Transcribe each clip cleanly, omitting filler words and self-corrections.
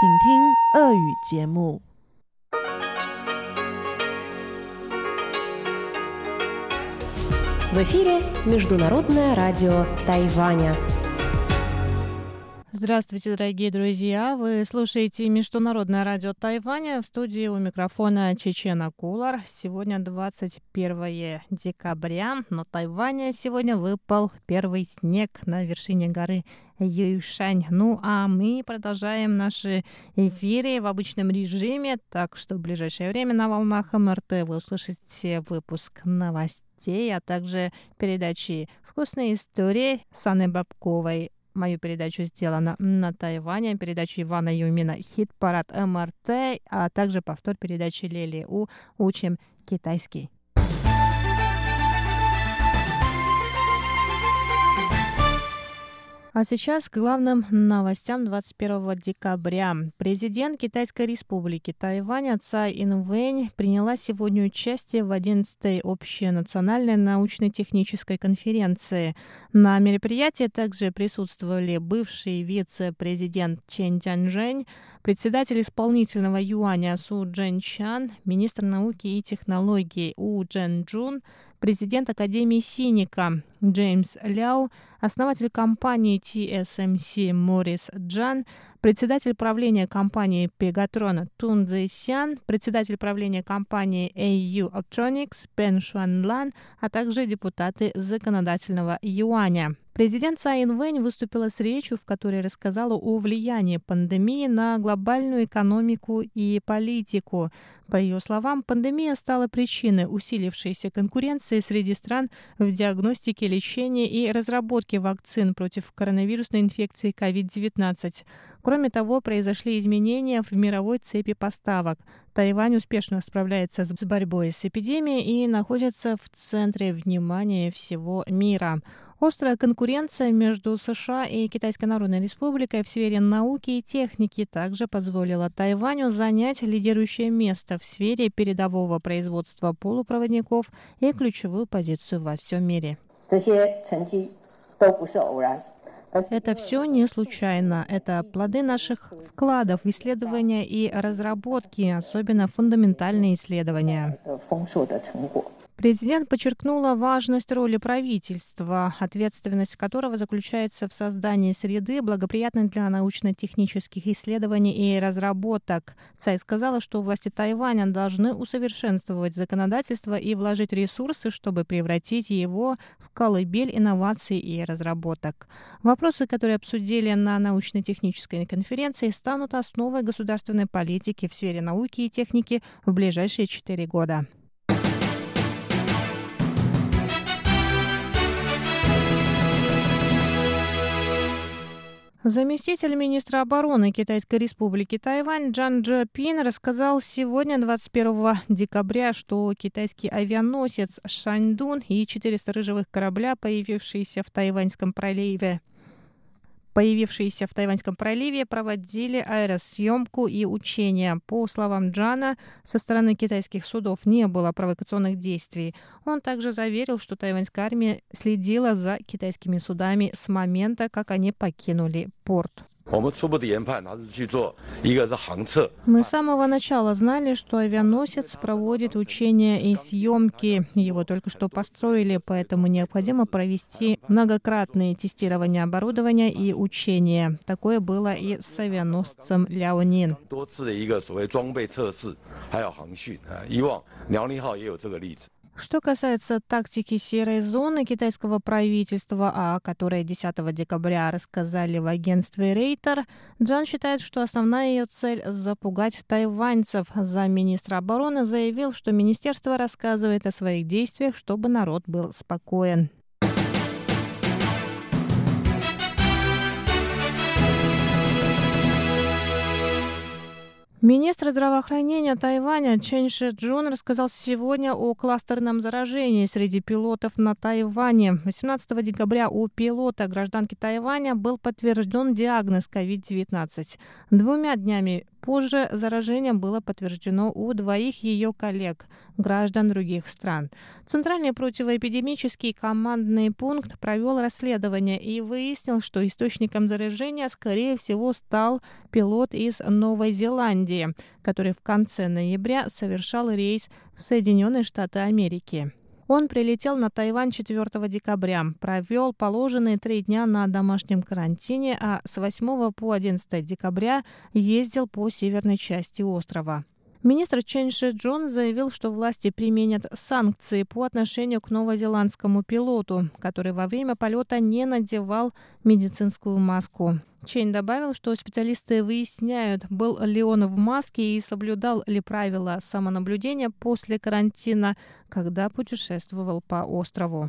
请听俄语节目。 В эфире Международное радио Тайваня. Здравствуйте, дорогие друзья! Вы слушаете Международное радио Тайваня. В студии у микрофона Чечена Кулар. Сегодня 21 декабря. На Тайване сегодня выпал первый снег на вершине горы Юйшань. Ну а мы продолжаем наши эфиры в обычном режиме. Так что в ближайшее время на волнах МРТ вы услышите выпуск новостей, а также передачи «Вкусные истории» с Анной Бабковой. Мою передачу сделана на Тайване, передачу Ивана Юмина «Хит-парад МРТ», а также повтор передачи Лели У «Учим китайский». А сейчас к главным новостям 21 декабря. Президент Китайской республики Тайвань Цай Инвэнь приняла сегодня участие в 11-й общенациональной научно-технической конференции. На мероприятии также присутствовали бывший вице-президент Чен Цзяньжэнь, председатель исполнительного юаня Су Чжэньчан, министр науки и технологий У Чжэньчжун, президент Академии Синика Джеймс Ляо, основатель компании TSMC Морис Джан, председатель правления компании Pegatron Тун Цзэйсян, председатель правления компании AU Optronics Пен Шуанлан, а также депутаты законодательного юаня. Президент Цай Инвэнь выступила с речью, в которой рассказала о влиянии пандемии на глобальную экономику и политику. По ее словам, пандемия стала причиной усилившейся конкуренции среди стран в диагностике, лечении и разработке вакцин против коронавирусной инфекции COVID-19. Кроме того, произошли изменения в мировой цепи поставок. Тайвань успешно справляется с борьбой с эпидемией и находится в центре внимания всего мира. Острая конкуренция между США и Китайской Народной Республикой в сфере науки и техники также позволила Тайваню занять лидирующее место в сфере передового производства полупроводников и ключевую позицию во всем мире. Это все не случайно. Это плоды наших вкладов в исследования и разработки, особенно фундаментальные исследования. Президент подчеркнула важность роли правительства, ответственность которого заключается в создании среды, благоприятной для научно-технических исследований и разработок. Цай сказала, что власти Тайваня должны усовершенствовать законодательство и вложить ресурсы, чтобы превратить его в колыбель инноваций и разработок. Вопросы, которые обсудили на научно-технической конференции, станут основой государственной политики в сфере науки и техники в ближайшие 4 года. Заместитель министра обороны Китайской республики Тайвань Чжан Чжэпин рассказал сегодня, 21 декабря, что китайский авианосец Шаньдун и 4 сторожевых корабля, появившиеся в Тайваньском проливе, проводили аэросъемку и учения. По словам Джана, со стороны китайских судов не было провокационных действий. Он также заверил, что тайваньская армия следила за китайскими судами с момента, как они покинули порт. Мы с самого начала знали, что авианосец проводит учения и съемки. Его только что построили, поэтому необходимо провести многократные тестирования оборудования и учения. Такое было и с авианосцем Ляонин. Что касается тактики серой зоны китайского правительства, о которой 10 декабря рассказали в агентстве Рейтер, Джан считает, что основная ее цель – запугать тайваньцев. Замминистра обороны заявил, что министерство рассказывает о своих действиях, чтобы народ был спокоен. Министр здравоохранения Тайваня Чен Ши-чжун рассказал сегодня о кластерном заражении среди пилотов на Тайване. 18 декабря у пилота гражданки Тайваня был подтвержден диагноз COVID-19. 2 днями позже заражение было подтверждено у 2 ее коллег, граждан других стран. Центральный противоэпидемический командный пункт провел расследование и выяснил, что источником заражения, скорее всего, стал пилот из Новой Зеландии, который в конце ноября совершал рейс в Соединенные Штаты Америки. Он прилетел на Тайвань 4 декабря, провел положенные 3 дня на домашнем карантине, а с 8 по 11 декабря ездил по северной части острова. Министр Чен Ши-чжун заявил, что власти применят санкции по отношению к новозеландскому пилоту, который во время полета не надевал медицинскую маску. Чен добавил, что специалисты выясняют, был ли он в маске и соблюдал ли правила самонаблюдения после карантина, когда путешествовал по острову.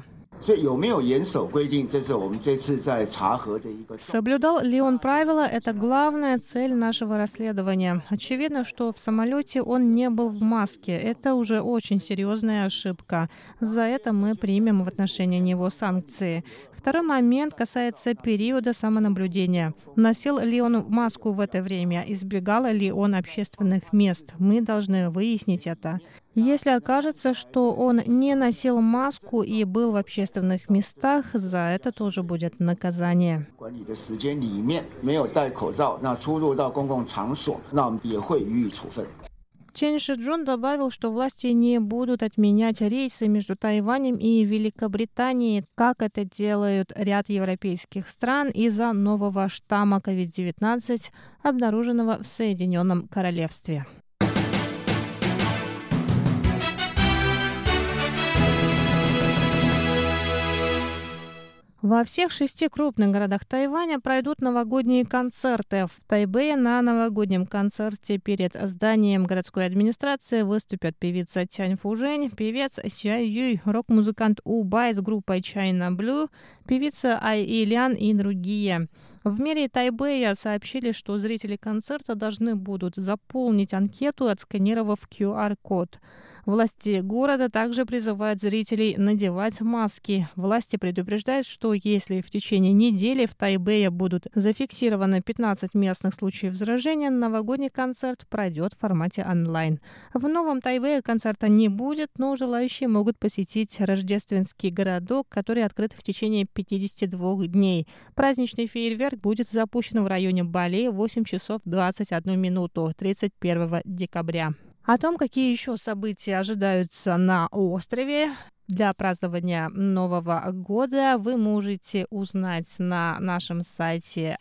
Соблюдал ли он правила – это главная цель нашего расследования. Очевидно, что в самолете он не был в маске. Это уже очень серьезная ошибка. За это мы примем в отношении него санкции. Второй момент касается периода самонаблюдения. Носил ли он маску в это время? Избегал ли он общественных мест? Мы должны выяснить это. Если окажется, что он не носил маску и был в общественных местах, за это тоже будет наказание. Чен Ши-чжун добавил, что власти не будут отменять рейсы между Тайванем и Великобританией, как это делают ряд европейских стран из-за нового штамма COVID-19, обнаруженного в Соединенном Королевстве. Во всех 6 крупных городах Тайваня пройдут новогодние концерты. В Тайбэе на новогоднем концерте перед зданием городской администрации выступят певица Тянь Фужень, певец Сюай Юй, рок-музыкант У Бай с группой China Blue, певица Ай Илян и другие. В мэрии Тайбэя сообщили, что зрители концерта должны будут заполнить анкету, отсканировав QR-код. Власти города также призывают зрителей надевать маски. Власти предупреждают, что если в течение недели в Тайбэе будут зафиксированы 15 местных случаев заражения, новогодний концерт пройдет в формате онлайн. В Новом Тайбэе концерта не будет, но желающие могут посетить рождественский городок, который открыт в течение 52 дней. Праздничный фейерверк будет запущен в районе Балея в 8 часов 21 минуту 31 декабря. О том, какие еще события ожидаются на острове для празднования Нового года, вы можете узнать на нашем сайте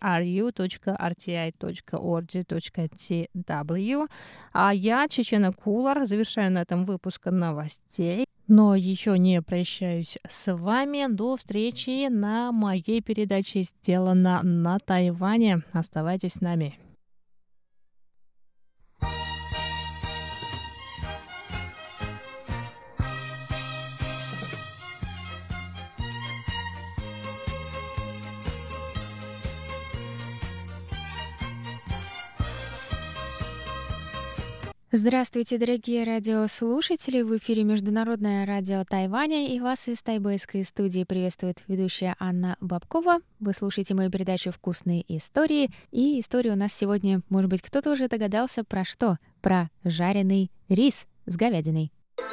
ru.rti.org.tw. А я, Чечена Кулар, завершаю на этом выпуск новостей. Но еще не прощаюсь с вами. До встречи на моей передаче «Сделано на Тайване». Оставайтесь с нами. Здравствуйте, дорогие радиослушатели! В эфире Международное радио Тайваня, и вас из тайбэйской студии приветствует ведущая Анна Бабкова. Вы слушаете мою передачу «Вкусные истории». И история у нас сегодня, может быть, кто-то уже догадался, про что? Про жареный рис с говядиной.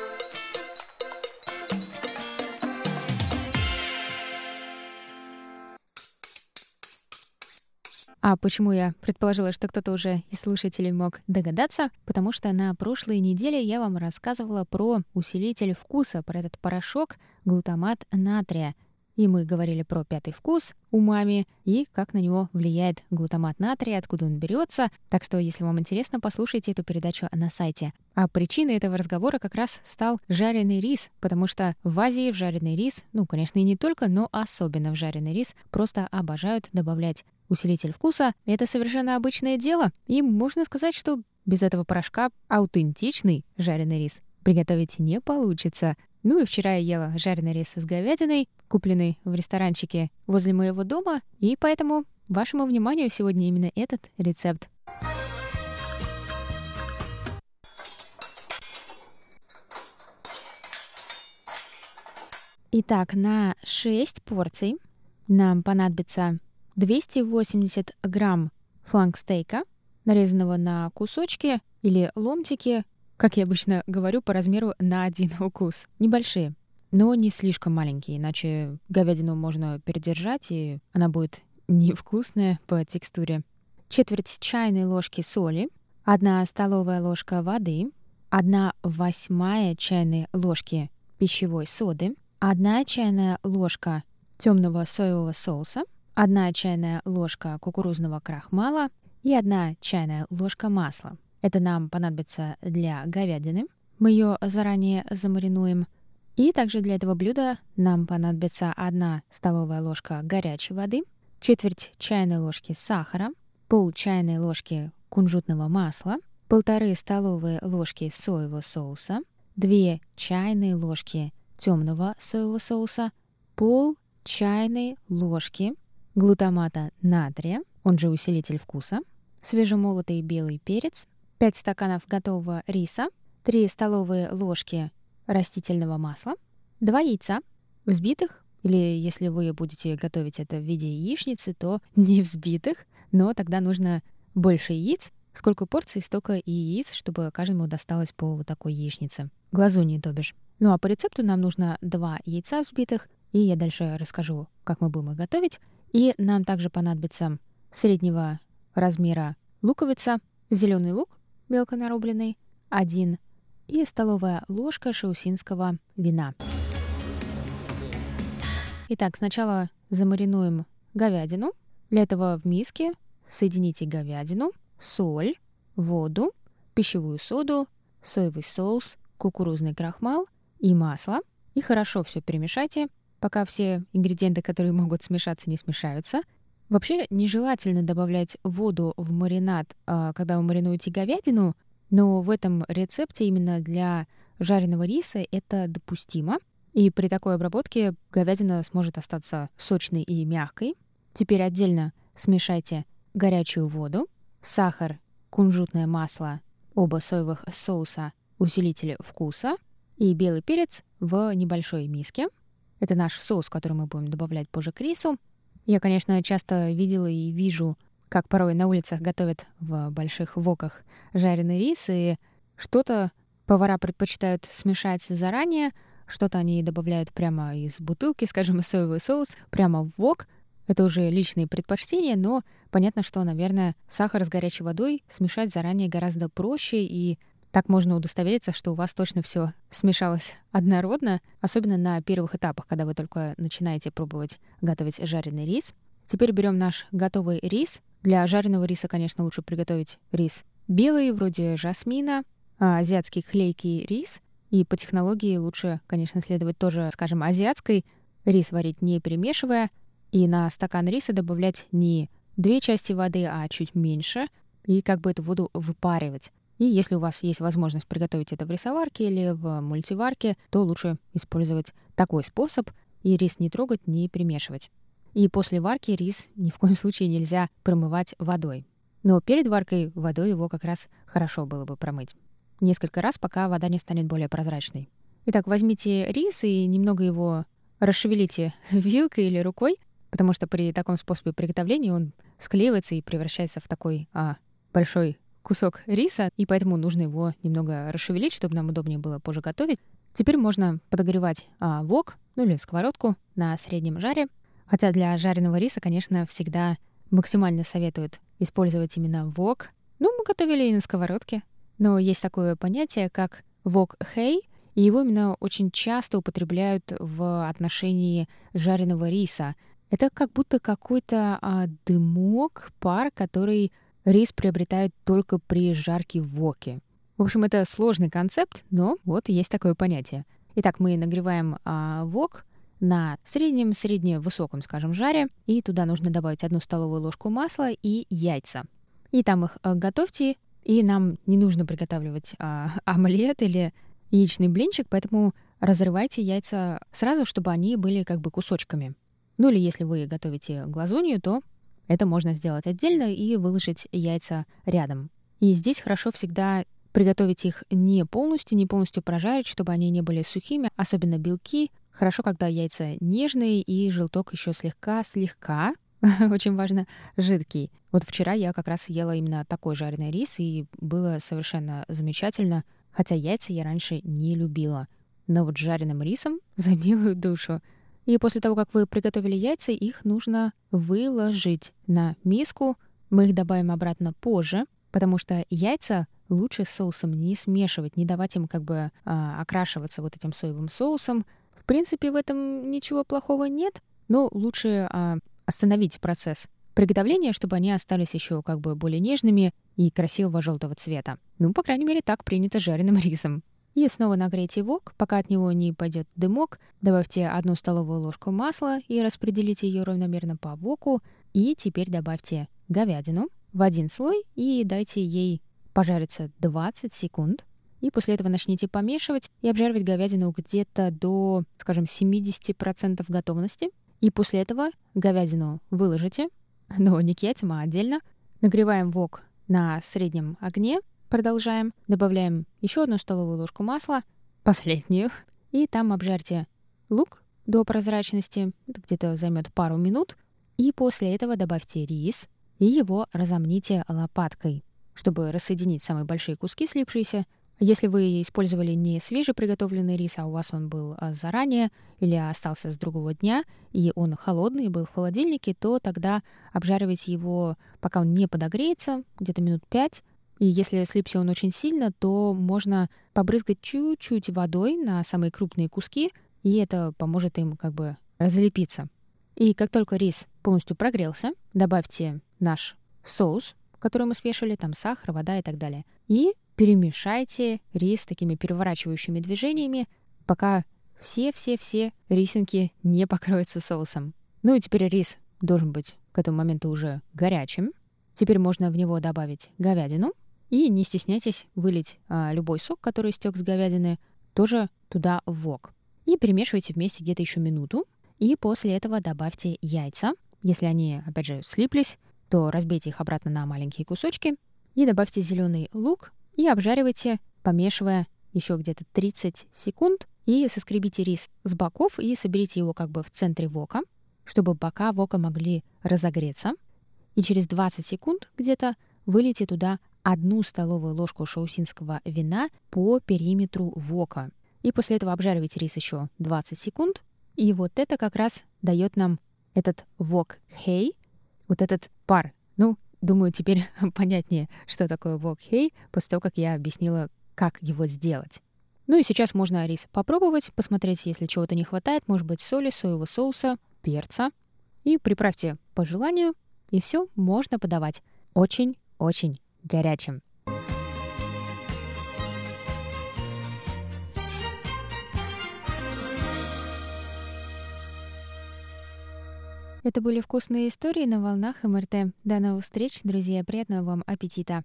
А почему я предположила, что кто-то уже из слушателей мог догадаться? Потому что на прошлой неделе я вам рассказывала про усилитель вкуса, про этот порошок глутамат натрия. И мы говорили про 5-й вкус умами и как на него влияет глутамат натрия, откуда он берется. Так что, если вам интересно, послушайте эту передачу на сайте. А причиной этого разговора как раз стал жареный рис, потому что в Азии в жареный рис, конечно, и не только, но особенно в жареный рис, просто обожают добавлять усилитель вкуса. Это совершенно обычное дело, и можно сказать, что без этого порошка аутентичный жареный рис приготовить не получится. И вчера я ела жареный рис с говядиной, купленный в ресторанчике возле моего дома, и поэтому вашему вниманию сегодня именно этот рецепт. Итак, на 6 порций нам понадобится 280 грамм фланк-стейка, нарезанного на кусочки или ломтики, как я обычно говорю, по размеру на один укус. Небольшие, но не слишком маленькие, иначе говядину можно передержать, и она будет невкусная по текстуре. Четверть чайной ложки соли, 1 столовая ложка воды, 1/8 чайной ложки пищевой соды, 1 чайная ложка темного соевого соуса, 1 чайная ложка кукурузного крахмала и 1 чайная ложка масла. Это нам понадобится для говядины. Мы ее заранее замаринуем. И также для этого блюда нам понадобится 1 столовая ложка горячей воды, четверть чайной ложки сахара, пол чайной ложки кунжутного масла, 1,5 столовые ложки соевого соуса, 2 чайные ложки темного соевого соуса, пол чайной ложки глутамата натрия, он же усилитель вкуса, свежемолотый белый перец, 5 стаканов готового риса, 3 столовые ложки растительного масла, 2 яйца, взбитых, или если вы будете готовить это в виде яичницы, то не взбитых, но тогда нужно больше яиц. Сколько порций, столько и яиц, чтобы каждому досталось по вот такой яичнице. Глазуньи, то бишь. Ну а по рецепту нам нужно 2 яйца взбитых, и я дальше расскажу, как мы будем их готовить. И нам также понадобится среднего размера луковица, зеленый лук мелко нарубленный, 1 и столовая ложка шаусинского вина. Итак, сначала замаринуем говядину. Для этого в миске соедините говядину, соль, воду, пищевую соду, соевый соус, кукурузный крахмал и масло. И хорошо все перемешайте, пока все ингредиенты, которые могут смешаться, не смешаются. Вообще нежелательно добавлять воду в маринад, когда вы маринуете говядину, но в этом рецепте именно для жареного риса это допустимо. И при такой обработке говядина сможет остаться сочной и мягкой. Теперь отдельно смешайте горячую воду, сахар, кунжутное масло, оба соевых соуса, усилитель вкуса и белый перец в небольшой миске. Это наш соус, который мы будем добавлять позже к рису. Я, конечно, часто видела и вижу, как порой на улицах готовят в больших воках жареный рис, и что-то повара предпочитают смешать заранее, что-то они добавляют прямо из бутылки, скажем, соевый соус, прямо в вок. Это уже личные предпочтения, но понятно, что, наверное, сахар с горячей водой смешать заранее гораздо проще, и так можно удостовериться, что у вас точно все смешалось однородно, особенно на первых этапах, когда вы только начинаете пробовать готовить жареный рис. Теперь берем наш готовый рис. Для жареного риса, конечно, лучше приготовить рис белый, вроде жасмина, азиатский клейкий рис. И по технологии лучше, конечно, следовать тоже, скажем, азиатской. Рис варить не перемешивая. И на стакан риса добавлять не 2 части воды, а чуть меньше. И как бы эту воду выпаривать. И если у вас есть возможность приготовить это в рисоварке или в мультиварке, то лучше использовать такой способ. И рис не трогать, не перемешивать. И после варки рис ни в коем случае нельзя промывать водой. Но перед варкой водой его как раз хорошо было бы промыть. Несколько раз, пока вода не станет более прозрачной. Итак, возьмите рис и немного его расшевелите вилкой или рукой, потому что при таком способе приготовления он склеивается и превращается в такой большой кусок риса, и поэтому нужно его немного расшевелить, чтобы нам удобнее было позже готовить. Теперь можно подогревать вок, или сковородку на среднем жаре. Хотя для жареного риса, конечно, всегда максимально советуют использовать именно вок. Ну, мы готовили и на сковородке. Но есть такое понятие, как вок-хэй, и его именно очень часто употребляют в отношении жареного риса. Это как будто какой-то дымок, пар, который рис приобретает только при жарке в воке. В общем, это сложный концепт, но вот есть такое понятие. Итак, мы нагреваем вок на средне-высоком, скажем, жаре, и туда нужно добавить 1 столовую ложку масла и яйца. И там их готовьте, и нам не нужно приготавливать омлет или яичный блинчик, поэтому разрывайте яйца сразу, чтобы они были как бы кусочками. Ну или если вы готовите глазунью, то это можно сделать отдельно и выложить яйца рядом. И здесь хорошо всегда приготовить их не полностью прожарить, чтобы они не были сухими, особенно белки. Хорошо, когда яйца нежные и желток еще слегка, очень важно, жидкий. Вот вчера я как раз ела именно такой жареный рис, и было совершенно замечательно, хотя яйца я раньше не любила. Но вот с жареным рисом за милую душу. И после того, как вы приготовили яйца, их нужно выложить на миску. Мы их добавим обратно позже, потому что яйца лучше с соусом не смешивать, не давать им окрашиваться вот этим соевым соусом. В принципе, в этом ничего плохого нет, но лучше остановить процесс приготовления, чтобы они остались еще более нежными и красивого желтого цвета. По крайней мере, так принято с жареным рисом. И снова нагрейте вок, пока от него не пойдет дымок. Добавьте 1 столовую ложку масла и распределите ее равномерно по воку. И теперь добавьте говядину в один слой и дайте ей пожариться 20 секунд. И после этого начните помешивать и обжаривать говядину где-то до, 70% готовности. И после этого говядину выложите, но не к яйцам, а отдельно. Нагреваем вок на среднем огне. Продолжаем. Добавляем еще 1 столовую ложку масла, последнюю. И там обжарьте лук до прозрачности. Это где-то займет пару минут. И после этого добавьте рис и его разомните лопаткой, чтобы рассоединить самые большие куски слипшиеся. Если вы использовали не свежеприготовленный рис, а у вас он был заранее или остался с другого дня, и он холодный, был в холодильнике, то тогда обжаривайте его, пока он не подогреется, где-то минут 5. И если слипся он очень сильно, то можно побрызгать чуть-чуть водой на самые крупные куски, и это поможет им разлепиться. И как только рис полностью прогрелся, добавьте наш соус, который мы смешивали, там сахар, вода и так далее. И перемешайте рис такими переворачивающими движениями, пока все рисинки не покроются соусом. И теперь рис должен быть к этому моменту уже горячим. Теперь можно в него добавить говядину. И не стесняйтесь вылить любой сок, который истек с говядины, тоже туда в вок. И перемешивайте вместе где-то еще минуту. И после этого добавьте яйца. Если они, опять же, слиплись, то разбейте их обратно на маленькие кусочки. И добавьте зеленый лук. И обжаривайте, помешивая еще где-то 30 секунд. И соскребите рис с боков и соберите его в центре вока, чтобы бока вока могли разогреться. И через 20 секунд где-то вылейте туда 1 столовую ложку шаосинского вина по периметру вока. И после этого обжаривайте рис еще 20 секунд. И вот это как раз дает нам этот вок хэй, вот этот пар. Думаю, теперь понятнее, что такое вок хэй, после того, как я объяснила, как его сделать. И сейчас можно рис попробовать, посмотреть, если чего-то не хватает, может быть, соли, соевого соуса, перца. И приправьте по желанию, и все, можно подавать. Очень-очень горячим. Это были вкусные истории на волнах МРТ. До новых встреч, друзья. Приятного вам аппетита.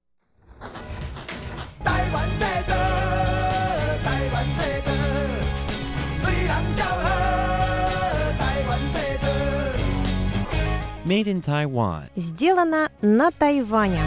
Made in Taiwan. Сделано на Тайване.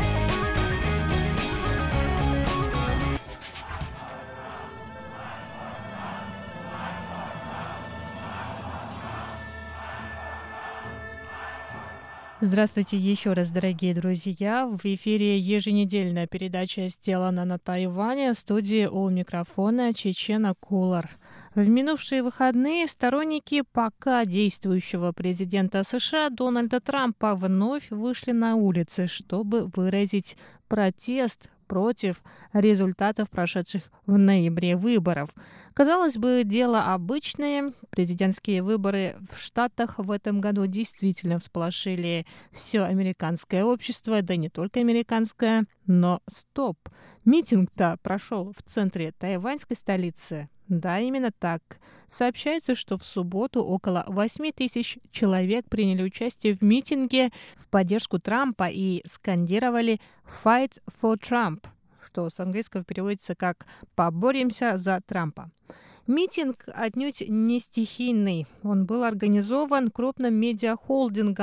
Здравствуйте еще раз, дорогие друзья. В эфире еженедельная передача «Сделано на Тайване», в студии у микрофона Чечена Кулар. В минувшие выходные сторонники пока действующего президента США Дональда Трампа вновь вышли на улицы, чтобы выразить протест против результатов прошедших в ноябре выборов. Казалось бы, дело обычное. Президентские выборы в Штатах в этом году действительно всполошили все американское общество, да не только американское. Но стоп! Митинг-то прошел в центре тайваньской столицы. Да, именно так. Сообщается, что в субботу около 8 тысяч человек приняли участие в митинге в поддержку Трампа и скандировали «Fight for Trump», что с английского переводится как «Поборемся за Трампа». Митинг отнюдь не стихийный. Он был организован крупным медиахолдингом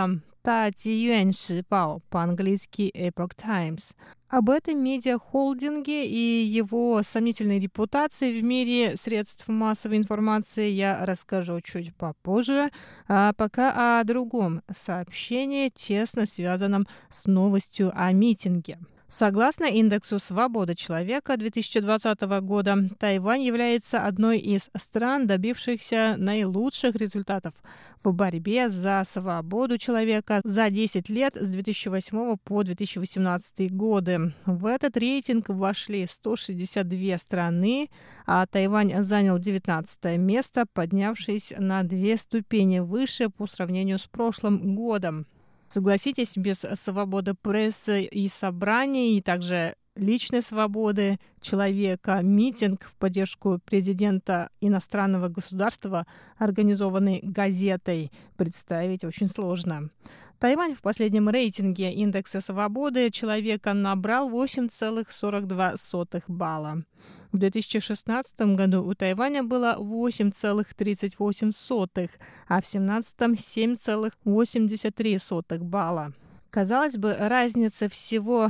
Тайюань Шибао, по-английски Epoch Times. Об этом медиахолдинге и его сомнительной репутации в мире средств массовой информации я расскажу чуть попозже, а пока о другом сообщении, тесно связанном с новостью о митинге. Согласно индексу свободы человека 2020 года, Тайвань является одной из стран, добившихся наилучших результатов в борьбе за свободу человека за 10 лет с 2008 по 2018 годы. В этот рейтинг вошли 162 страны, а Тайвань занял 19 место, поднявшись на 2 ступени выше по сравнению с прошлым годом. Согласитесь, без свободы прессы и собраний, и также личной свободы человека, митинг в поддержку президента иностранного государства, организованный газетой, представить очень сложно. Тайвань в последнем рейтинге индекса свободы человека набрал 8,42 балла. В 2016 году у Тайваня было 8,38, а в 2017 – 7,83 балла. Казалось бы, разница всего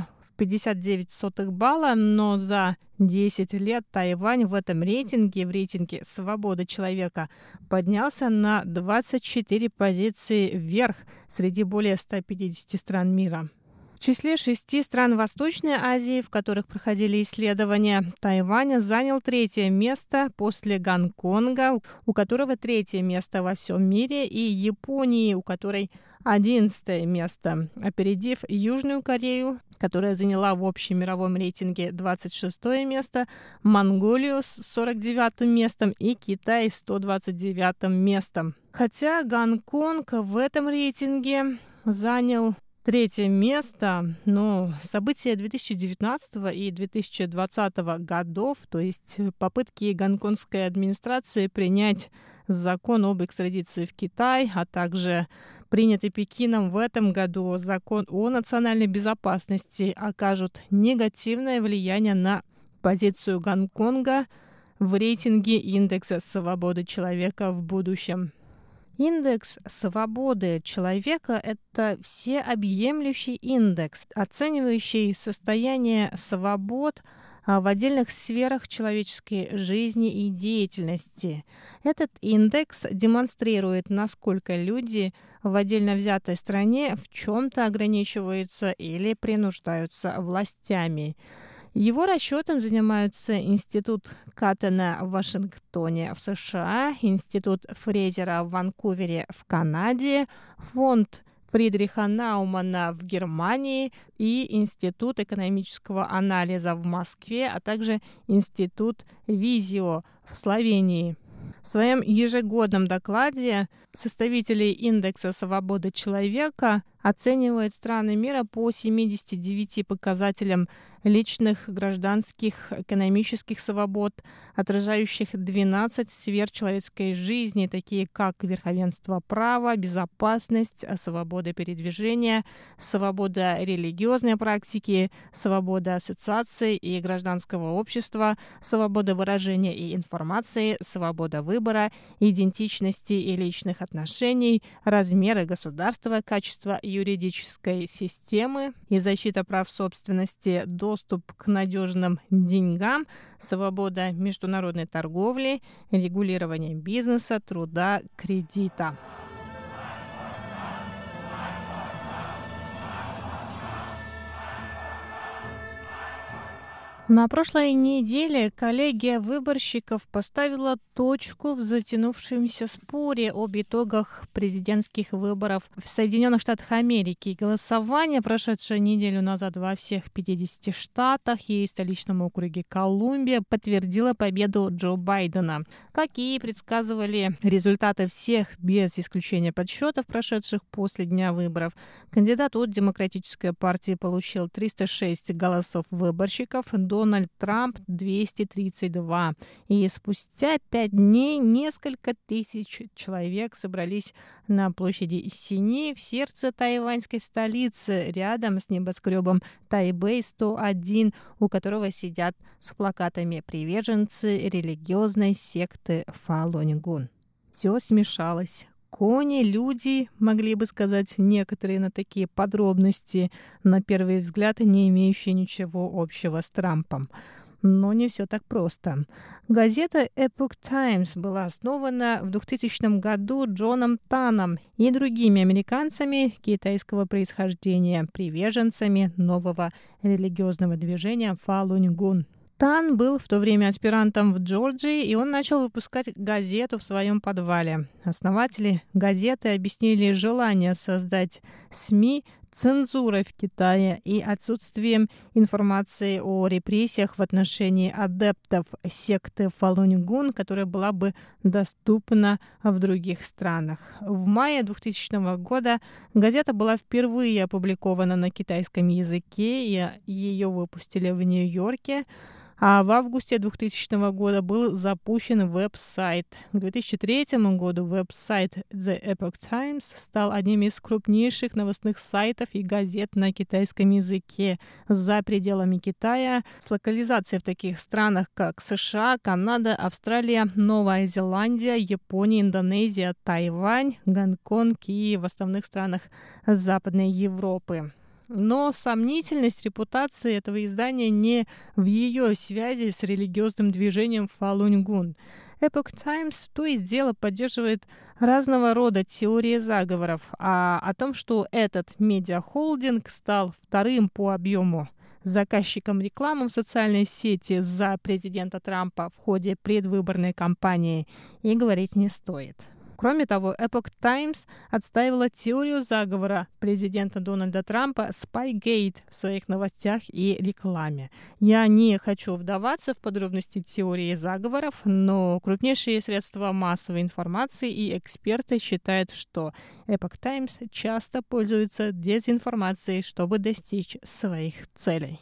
59 балла, но за 10 лет Тайвань в этом рейтинге, в рейтинге свободы человека, поднялся на 24 позиции вверх среди более 150 стран мира. В числе 6 стран Восточной Азии, в которых проходили исследования, Тайвань занял 3-е место после Гонконга, у которого 3-е место во всем мире, и Японии, у которой 11-е место, опередив Южную Корею, которая заняла в общемировом рейтинге 26-е место, Монголию с 49-м местом и Китай с 129-м местом. Хотя Гонконг в этом рейтинге занял 3-е место, но события 2019 и 2020 годов, то есть попытки гонконгской администрации принять закон об экстрадиции в Китай, а также принятый Пекином в этом году закон о национальной безопасности, окажут негативное влияние на позицию Гонконга в рейтинге индекса свободы человека в будущем. Индекс свободы человека – это всеобъемлющий индекс, оценивающий состояние свобод в отдельных сферах человеческой жизни и деятельности. Этот индекс демонстрирует, насколько люди в отдельно взятой стране в чем-то ограничиваются или принуждаются властями. Его расчетом занимаются Институт Каттена в Вашингтоне в США, Институт Фрезера в Ванкувере в Канаде, Фонд Фридриха Наумана в Германии и Институт экономического анализа в Москве, а также Институт Визио в Словении. В своем ежегодном докладе составители индекса свободы человека оценивают страны мира по 79 показателям личных, гражданских, экономических свобод, отражающих 12 сфер человеческой жизни, такие как верховенство права, безопасность, свобода передвижения, свобода религиозной практики, свобода ассоциации и гражданского общества, свобода выражения и информации, свобода выбора, идентичности и личных отношений, размеры государства, качество юридической системы и защита прав собственности, доступ к надежным деньгам, свобода международной торговли, регулирование бизнеса, труда, кредита. На прошлой неделе коллегия выборщиков поставила точку в затянувшемся споре об итогах президентских выборов в Соединенных Штатах Америки. Голосование, прошедшее неделю назад во всех 50 штатах и столичном округе Колумбия, подтвердило победу Джо Байдена. Как и предсказывали результаты всех, без исключения подсчетов, прошедших после дня выборов, кандидат от Демократической партии получил 306 голосов выборщиков, Дональд Трамп 232. И спустя 5 дней несколько тысяч человек собрались на площади Сини в сердце тайваньской столицы, рядом с небоскребом Тайбэй-101, у которого сидят с плакатами приверженцы религиозной секты Фалунь Гун. Все смешалось. кони, люди, могли бы сказать некоторые на такие подробности, на первый взгляд не имеющие ничего общего с Трампом. Но не все так просто. Газета Epoch Times была основана в 2000 году Джоном Таном и другими американцами китайского происхождения, приверженцами нового религиозного движения Falun Gong. Тан был в то время аспирантом в Джорджии, и он начал выпускать газету в своем подвале. Основатели газеты объяснили желание создать СМИ цензурой в Китае и отсутствием информации о репрессиях в отношении адептов секты Falun Gong, которая была бы доступна в других странах. В мае 2000 года газета была впервые опубликована на китайском языке, и ее выпустили в Нью-Йорке. А в августе 2000 года был запущен веб-сайт. К 2003 году веб-сайт The Epoch Times стал одним из крупнейших новостных сайтов и газет на китайском языке за пределами Китая, с локализацией в таких странах, как США, Канада, Австралия, Новая Зеландия, Япония, Индонезия, Тайвань, Гонконг и в основных странах Западной Европы. Но сомнительность репутации этого издания не в ее связи с религиозным движением Falun Gong. Epoch Times то и дело поддерживает разного рода теории заговоров, а о том, что этот медиахолдинг стал вторым по объему заказчиком рекламы в социальной сети за президента Трампа в ходе предвыборной кампании, и говорить не стоит. Кроме того, Epoch Times отстаивала теорию заговора президента Дональда Трампа Spygate в своих новостях и рекламе. Я не хочу вдаваться в подробности теории заговоров, но крупнейшие средства массовой информации и эксперты считают, что Epoch Times часто пользуется дезинформацией, чтобы достичь своих целей.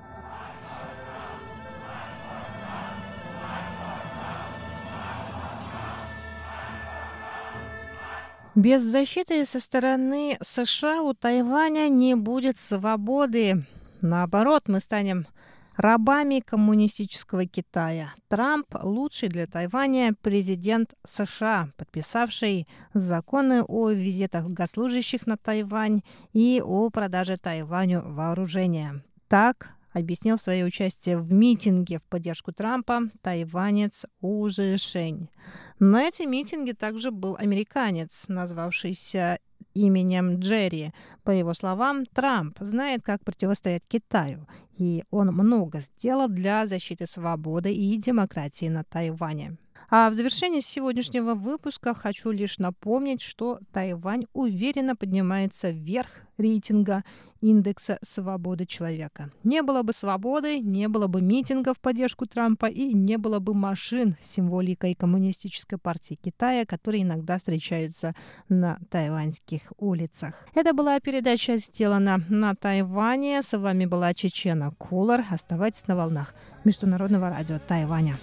Без защиты со стороны США у Тайваня не будет свободы. Наоборот, мы станем рабами коммунистического Китая. Трамп – лучший для Тайваня президент США, подписавший законы о визитах госслужащих на Тайвань и о продаже Тайваню вооружения. Так объяснил свое участие в митинге в поддержку Трампа тайванец У Жишень. На этом митинге также был американец, назвавшийся именем Джерри. По его словам, Трамп знает, как противостоять Китаю, и он много сделал для защиты свободы и демократии на Тайване. А в завершении сегодняшнего выпуска хочу лишь напомнить, что Тайвань уверенно поднимается вверх рейтинга индекса свободы человека. Не было бы свободы, не было бы митингов в поддержку Трампа и не было бы машин с символикой Коммунистической партии Китая, которые иногда встречаются на тайваньских улицах. Это была передача «Сделана на Тайване». С вами была Чечена Кулар. Оставайтесь на волнах Международного радио Тайваня.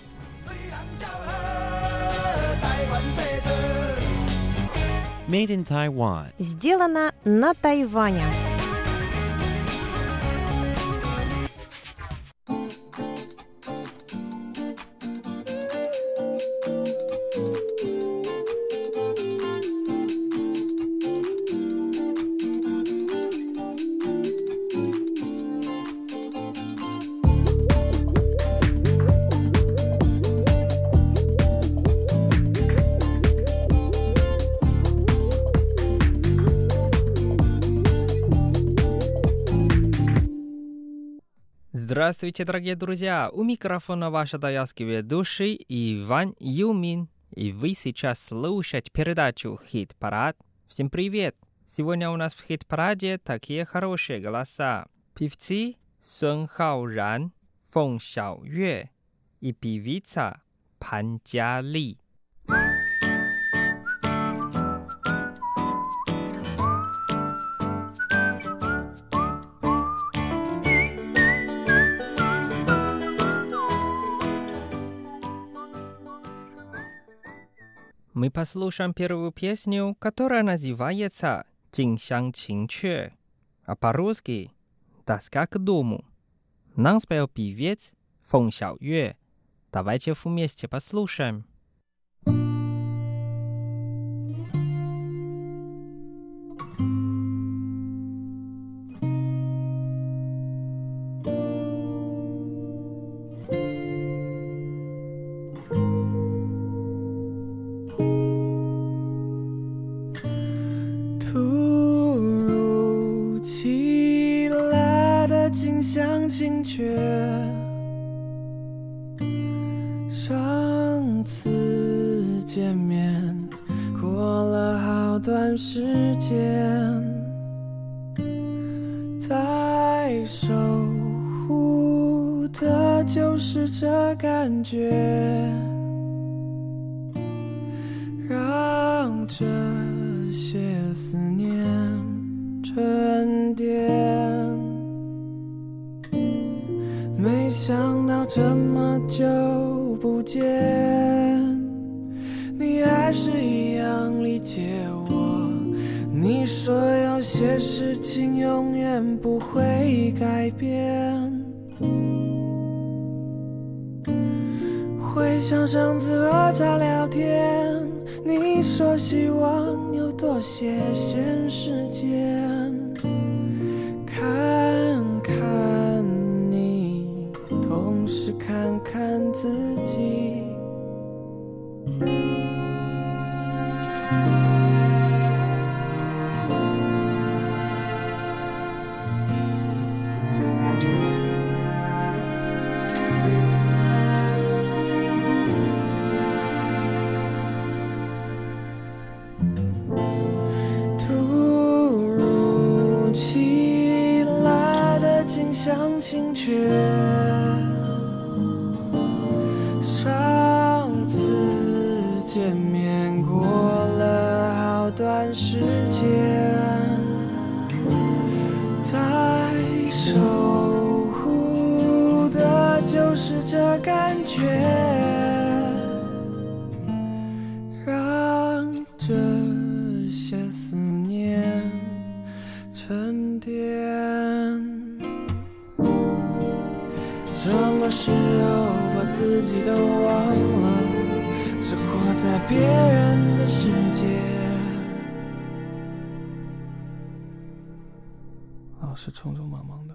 Made in Taiwan. Сделано на Тайване. Здравствуйте, дорогие друзья! У микрофона ваш даялский ведущий Иван Юмин. И вы сейчас слушаете передачу «Хит-парад». Всем привет! Сегодня у нас в «Хит-параде» такие хорошие голоса. Певцы Сун Хаоран, Фэн Xiаоюэ и певица Пан Jiali. Мы послушаем первую песню, которая называется «Джиншан Чинчue», а по-русски «Тоска к дому». Нам спел певец Фэн Xiaoюэ. Давайте вместе послушаем. 见面，过了好段时间，在守护的就是这感觉，让这些思念沉淀。没想到这么久不见，你还是一样理解我。你说有些事情永远不会改变，回想上次喝茶聊天，你说希望有多些闲时间，看看你，同时看看自己。清缺，上次见面过了好段时间，在守护的就是这感觉，让这些思念沉淀。什么时候把自己都忘了，是活在别人的世界，老是匆匆忙忙的。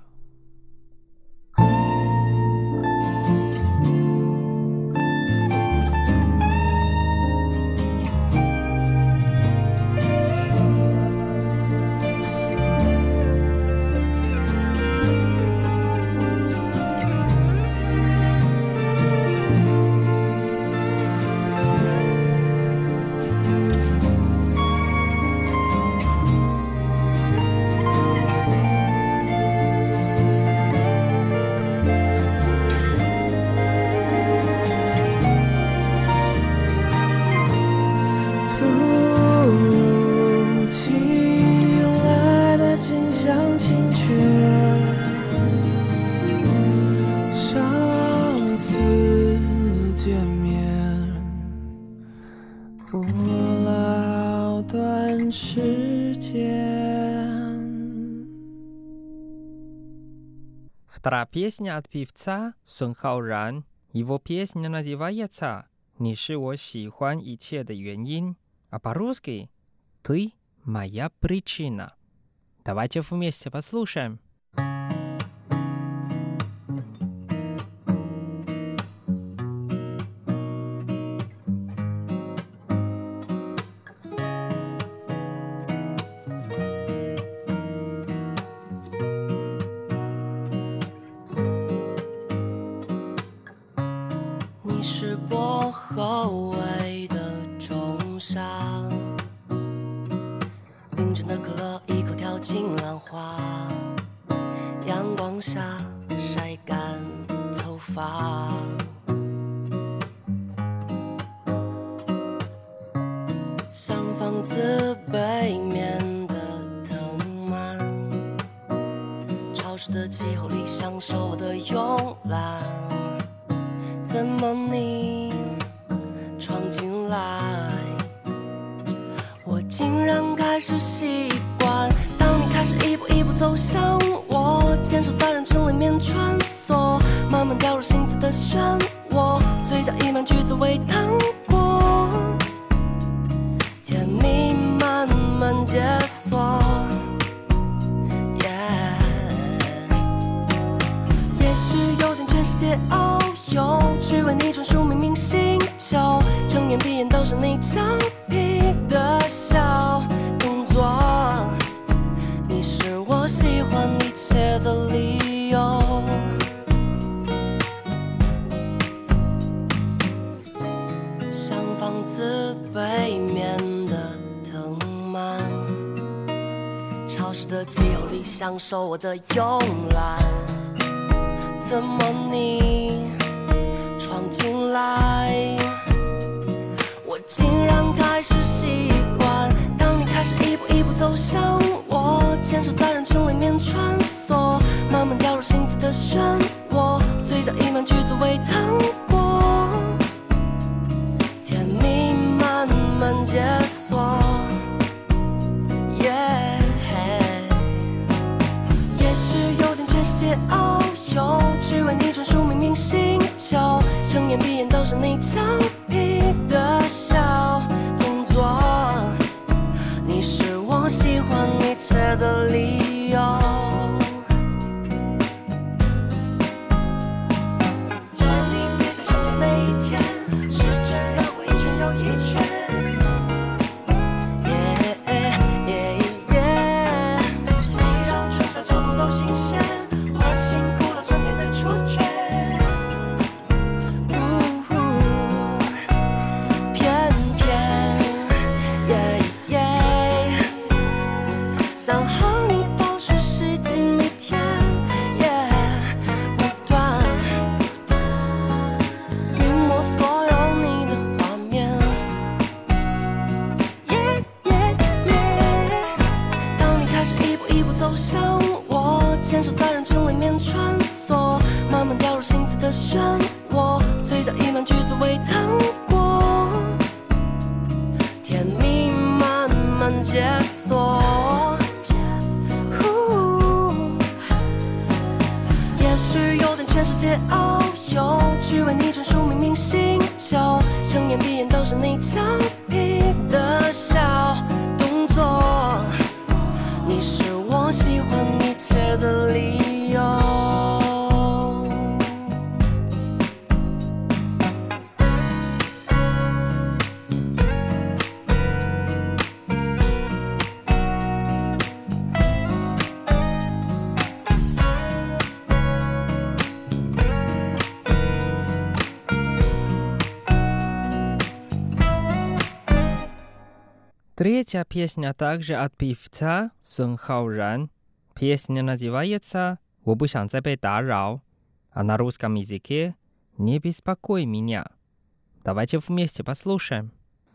过了好段时间。 Вторая песня от певца Сун Хаоран. Его песня называется «你是我喜欢一切的原因», а по-русски «Ты моя причина». Давайте вместе послушаем. 背面的藤蔓，潮湿的汽油里享受我的慵懒。怎么你闯进来，我竟然开始习惯。当你开始一步一步走向我，牵手在人群里面穿梭，慢慢掉入幸福的漩涡，嘴角溢满橘子味糖果，甜蜜慢慢解锁。也许有点全世界遨游，只为你专属冥冥星球，睁眼闭眼都是你俏皮的小动作，你是我喜欢一切的理由。有你陪在身边那一天，时针绕过一圈又一圈。你让春夏秋冬都新鲜，唤醒古老春天的触觉。偏偏想和你保持十几每天，不断临摹所有你的画面。当你开始一步一步走向我，牵手在人群里面穿梭，慢慢掉入幸福的漩涡，嘴角溢满橘子味糖果，甜蜜慢慢解锁。也许有点全世界遨游，只为你专属冥冥星球，睁眼闭眼都是你俏皮的小动作，你是我喜欢一切的理由。 Третья песня также от певца Сун Хаожан. Песня называется «我不想再被打扰», а на русском языке «Не беспокой меня». Давайте вместе послушаем.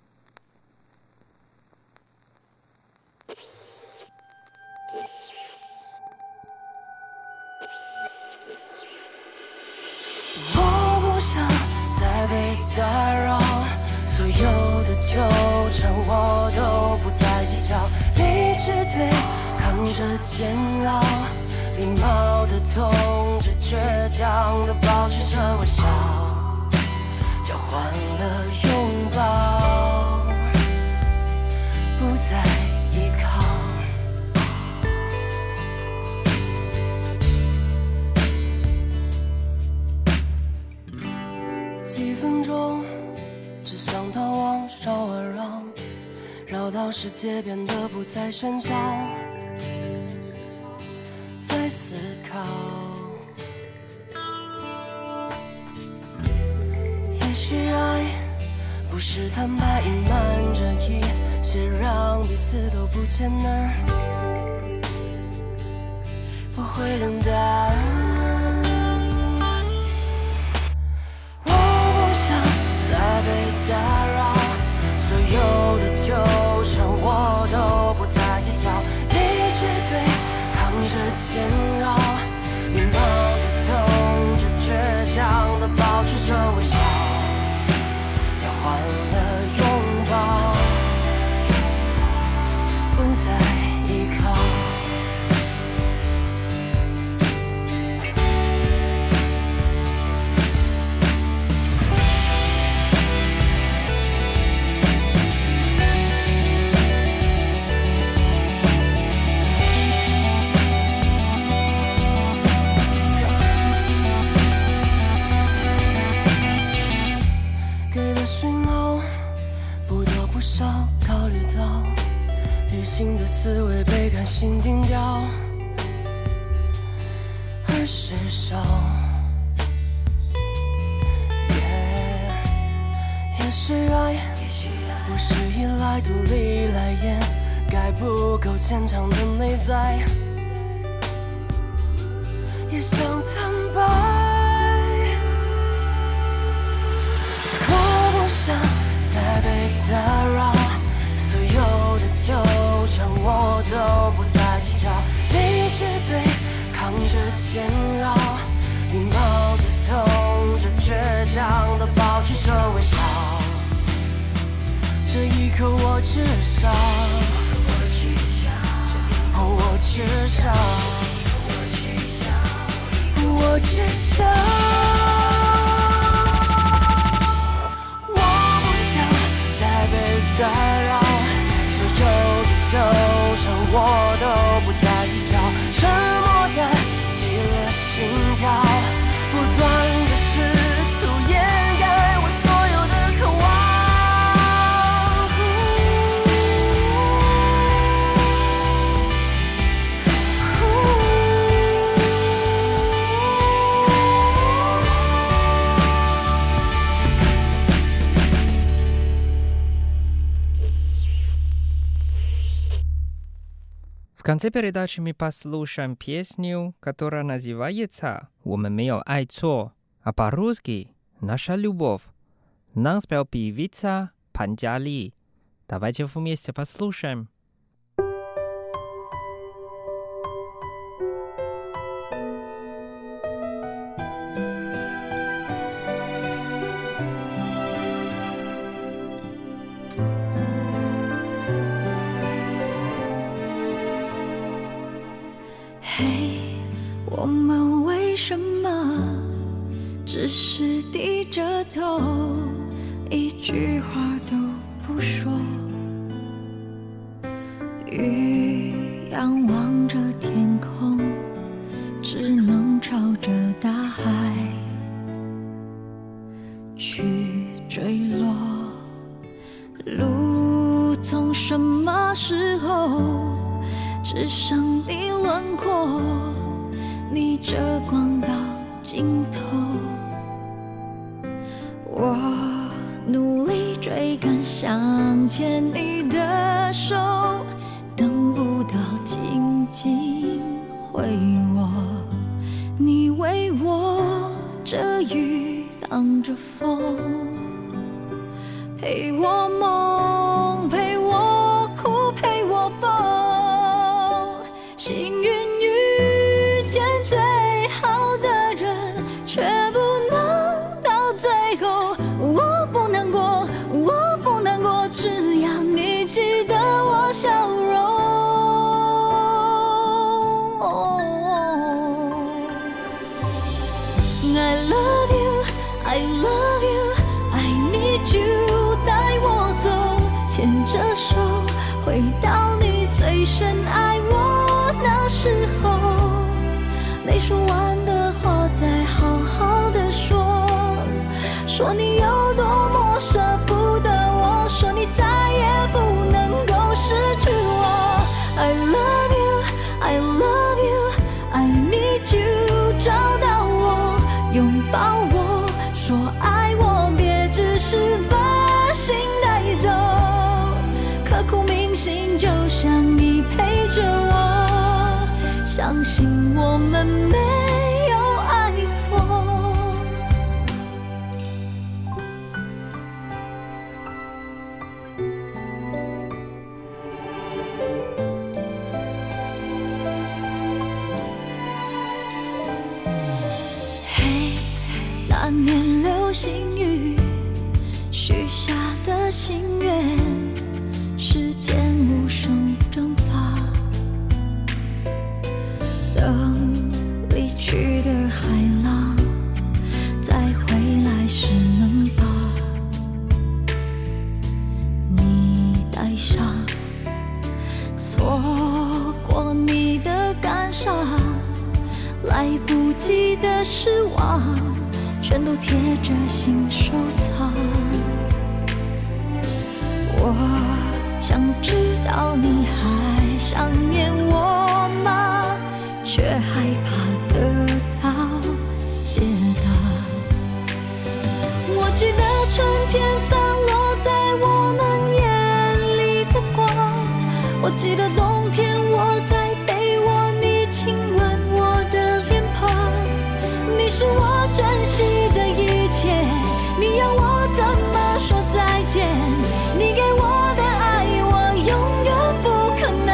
«我不想再被打扰，所有的纠缠我都不再计较，理智对抗着煎熬，礼貌的痛着倔强的保持着微笑，交换了拥抱，不再依靠。几分钟只想逃亡，绕啊绕，绕到世界变得不再喧嚣，在思考。也许爱不是坦白隐瞒着一些让彼此都不艰难，不会冷淡。再被打扰，所有的纠缠我都不再计较，理智对抗着煎熬，礼貌的痛着倔强的保持着微笑，交换了拥抱，不再依靠。考虑到理性的思维被感性定调，而是少。也许爱不是依赖独立来演，该不够坚强的内在，也想坦白。我不想再被打扰，所有的纠缠我都不再计较，理智被扛着煎熬，礼貌的痛着倔强的保持着微笑，这一刻我至少，我至少，我至少，我不想再被打扰，所有的纠缠我都不再计较，沉默代替了心跳，不断的试图掩盖我所有的渴望。 В конце передачи мы послушаем песню, которая называется «我们没有爱错», а по-русски «Наша любовь». Нам спел певица Панджали. Давайте вместе послушаем. 我们为什么只是低着头，一句话都不说？鱼仰望着天空，只能朝着大海去坠落。路从什么时候只剩你轮廓，逆着光到尽头，我努力追赶，想牵你的手，等不到紧紧回我，你为我遮雨挡着风，陪我梦，陪我哭，陪我疯，幸运遇见最好的人，却不能到最后。我不难过，我不难过，只要你记得我笑容。I love you, I love you, I need you， 带我走，牵着手，回到你最深爱我那时候。没说完的话再好好的说，说你有多么舍不得我，说你再也不能够失去我。I love you, I love you, I need you， 找到我，拥抱我，说爱我，别只是把心带走，刻骨铭心，就像你陪着我，相信我们没有爱错。嘿，那年流星雨许下的心愿，时间无声蒸发，等离去的海浪再回来时能把你带上，错过你的感伤，来不及的失望，全都贴着心收藏。我想知道你还想念我吗？却害怕得到解答。我记得春天散落在我们眼我记得冬天我在被窝，你亲吻我的脸庞，你是我珍惜的一切，你要我怎么说再见？你给我的爱，我永远不可能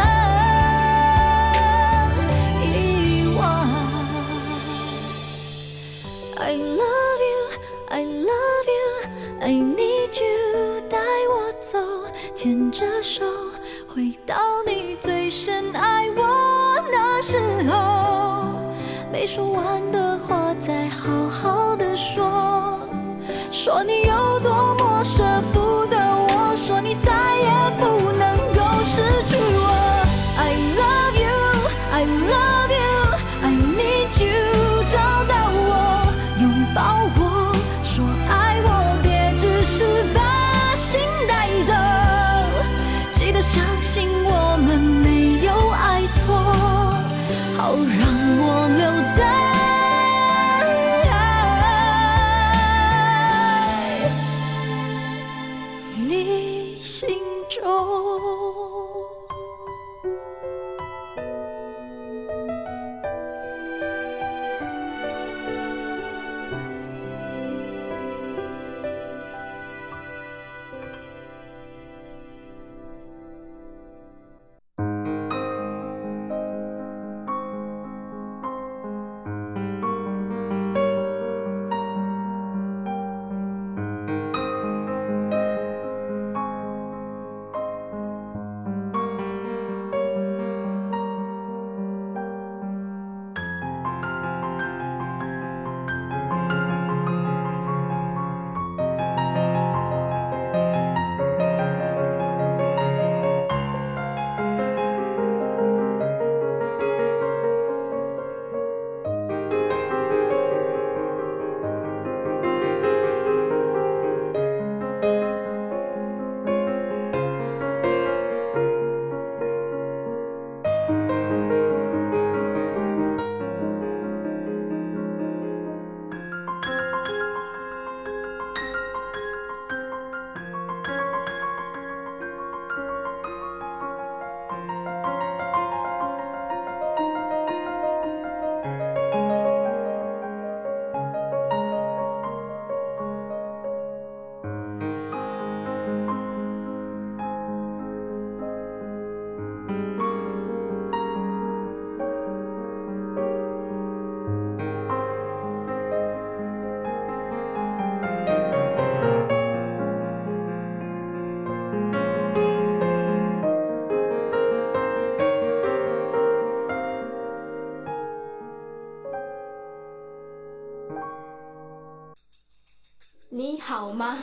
遗忘。I love you, I love you, I need you， 带我走，牵着手，回到你最深爱我那时候。没说完的话，再好好的说，说你有多么舍不得我，说你再也不能够失去我。I love you, I love you, I need you， 找到我，拥抱我，说爱我，别只是把心带走，记得相信我们没有爱错，好让我留在你心中。 你好吗？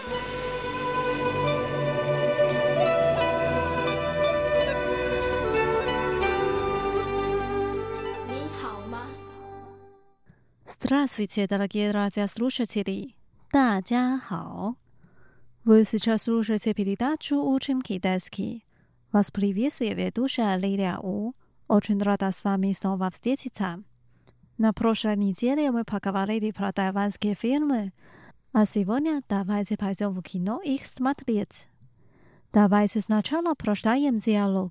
你好吗？ Здравствуйте, дорогие радиослушатели! 大家好! Вы сейчас слушаете передачу «Учим китайский». Вас приветствует ведущая Лилия У. Очень рада с вами снова встретиться. На прошлой неделе мы поговорили про тайванские фильмы, а сегодня давайте пойдем в кино их смотреть. Давайте сначала прочитаем диалог.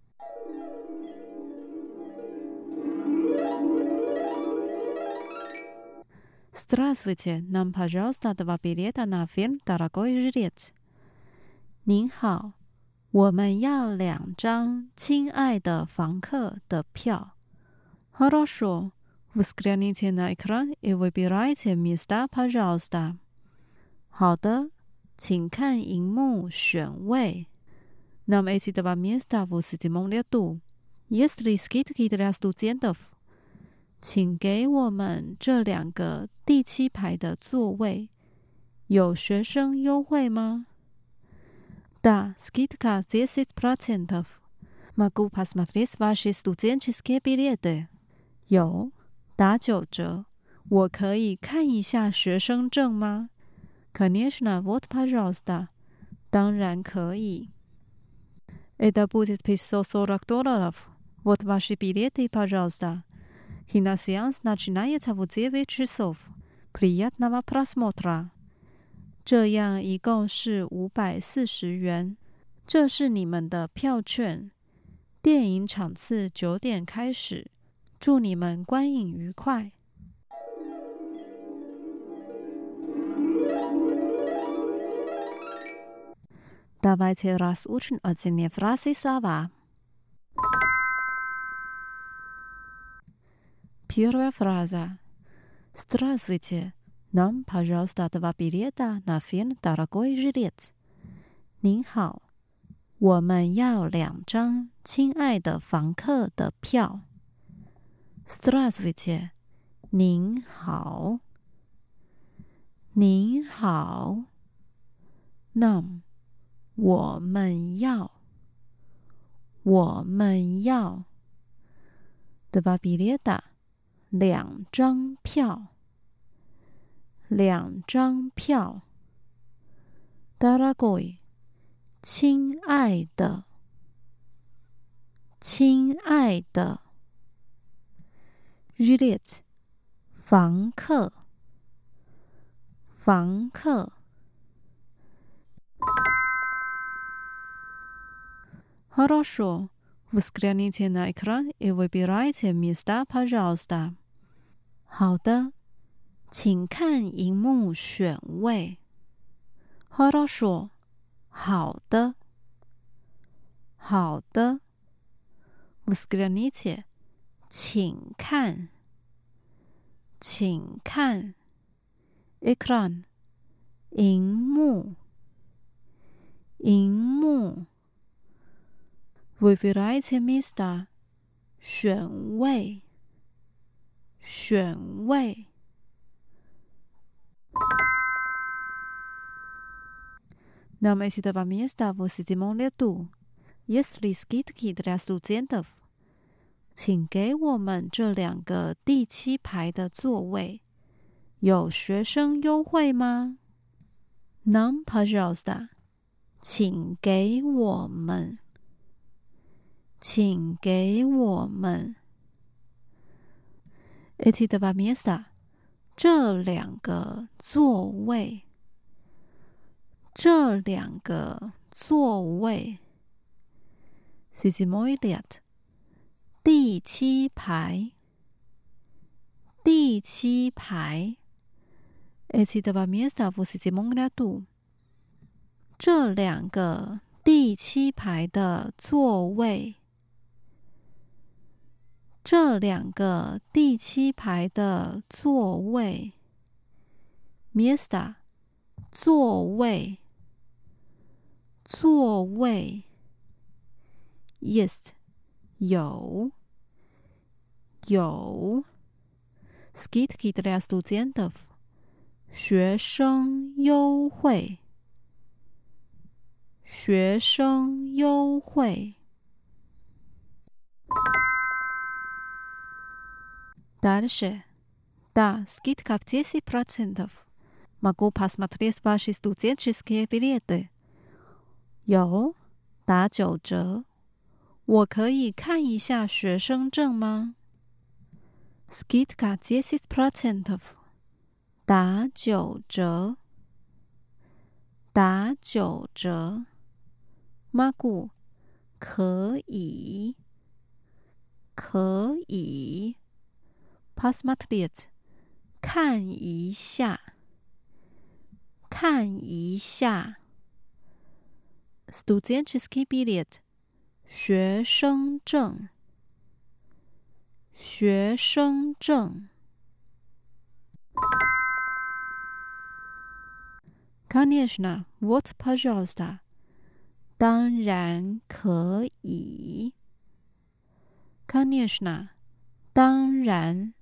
Здравствуйте, нам, пожалуйста, 2 билета на фильм «Дорогой жрец». 您好，我们要2张亲爱的房客的票。Хорошо, взгляните на экран и выбирайте места, пожалуйста. 好的，请看荧幕选位。Нам эти 2 места в 7 ряду. Есть ли скидки для студентов? 请给我们这2个第7排的座位。有学生优惠吗？ Да, скидка 10%. Могу посмотреть ваши студенческие билеты. 有，打9折。我可以看一下学生证吗？ Конечно, вот, пожалуйста. 当然可以。Это будет $540. Вот ваши билеты, пожалуйста. Киносеанс начинается в 9 часов. Приятного просмотра. 这样一共是540元。这是你们的票券。 电影场次9点开始，祝你们观影愉快。Давайте разучим отдельные фразы и слова. Первая фраза. Здравствуйте. Нам, пожалуйста, 2 билета на фильм «Дорогой жилец». 您好，我们要2张亲爱的房客的票。Здравствуйте. 您好。您好。Нам. 我们要。2 билета. 2张票。2张票。Дорогой. 亲爱的。亲爱的。Жилец. 房客。房客。Хорошо. Взгляните на экран и выбирайте места, пожалуйста. 好的，请看荧幕选位。Хорошо. 好的。好的。Взгляните. 请看。请看。Экран. 荧幕。荧幕。Выбирайте места. 选位。选位。Нам эти 2 места в 7 ряду. Есть ли скидки для студентов? 请给我们这2个第7排的座位。有学生优惠吗？ Нам, пожалуйста. 请给我们。请给我们。Эти 2 места. 这2个座位。这2个座位。Седьмой ряд. 第7排。第7排。Эти 2 места в 7 ряду. 这2个第7排的座位。这2个第7排的座位。Места. 座位。座位。Есть. 有。有。Скидки для студентов. 学生优惠。学生优惠。Дальше. Да, скидка в 10%. Могу посмотреть ваши студенческие билеты. 有，打9折。我可以看一下学生证吗？ Скидка 10%. 打9折。打9折。Могу. 可以。可以。Посмотреть. 看一下。看一下。Студенческий билет. 学生证。学生证。Конечно, вот, пожалуйста. 当然可以。Конечно. 当然。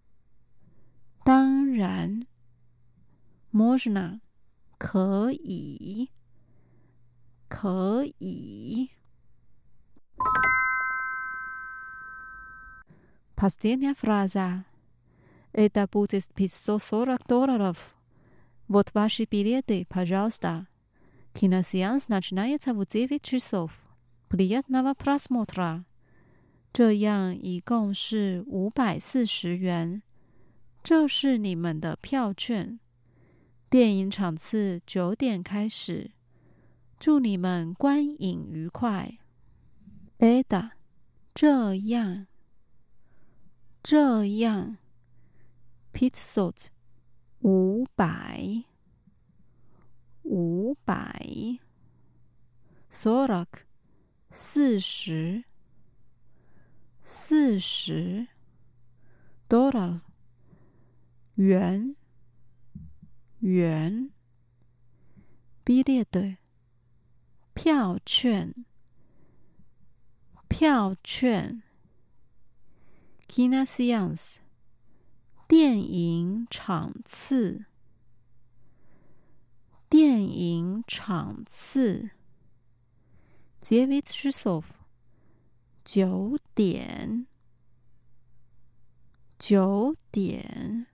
当然。Можно. 可以。可以。Последняя фраза. Это будет $540. Вот ваши билеты, пожалуйста. Киносеанс начинается в 9 часов. Приятного просмотра. 这样一共是540元。这是你们的票券。电影场次9点开始。祝你们观影愉快。Это 这样，这样。500 500 500 40 40 40 доллар 元元 билеты 票券票券 киносеанс 电影场次电影场次 9 часов 9点9点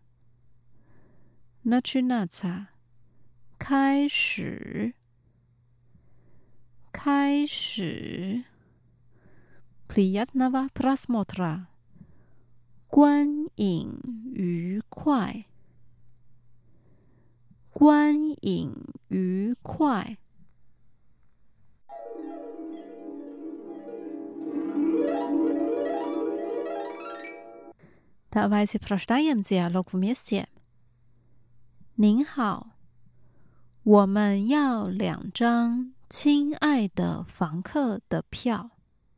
начинаться 开始开始 приятного просмотра 观影愉快观影愉快 Давайте прочитаем диалог вместе. 您好，我们要2张亲爱的房客的票。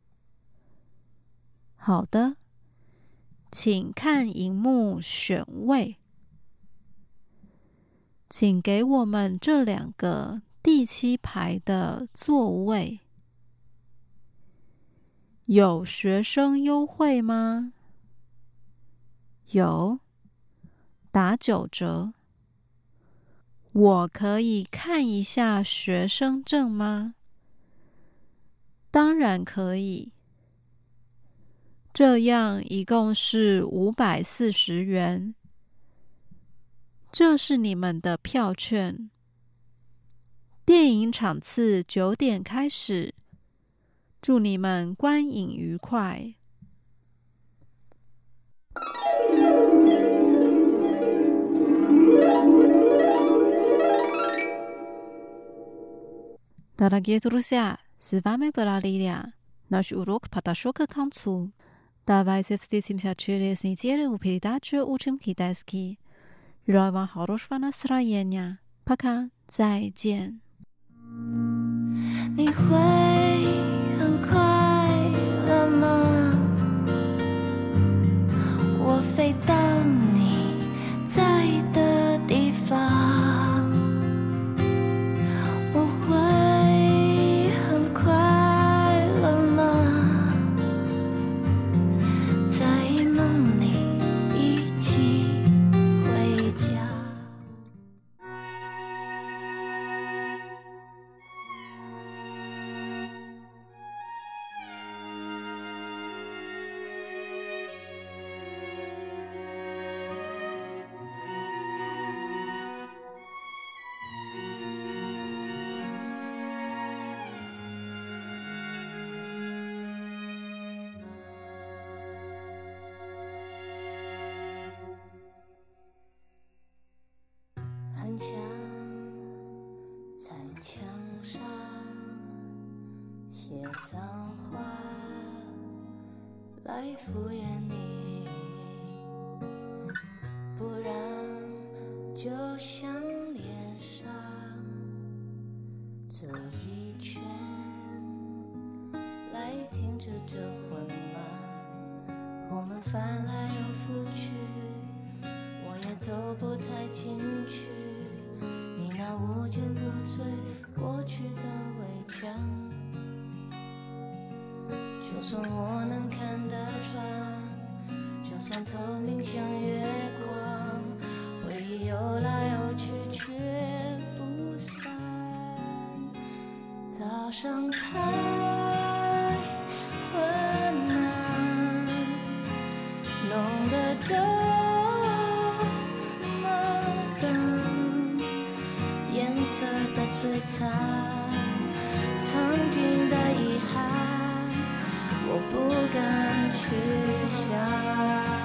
好的，请看荧幕选位。请给我们这2个第7排的座位。有学生优惠吗？有，打9折。我可以看一下学生证吗？当然可以。这样一共是540元。这是你们的票券。电影场次9点开始。祝你们观影愉快。Дорогие друзья, с вами была Лилия. Наш урок подошел к концу. Давайте встретимся через неделю в передаче «Учим китайский». Желаю вам хорошего настроения. Пока, 再见。 你会很快乐吗？我飞到你在的地方，我会很快乐吗？在梦里一起回家。很想在墙上写脏话来敷衍你，不然就像脸上这一圈来停止这混乱，我们翻来又覆去，我也走不太进去，你那无坚不摧过去的围墙，就算我能看得穿，就算透明像月光，回忆游来游去却不散，早上太昏暗，弄得这么淡，颜色的摧残，曾经的遗憾，我不敢去想。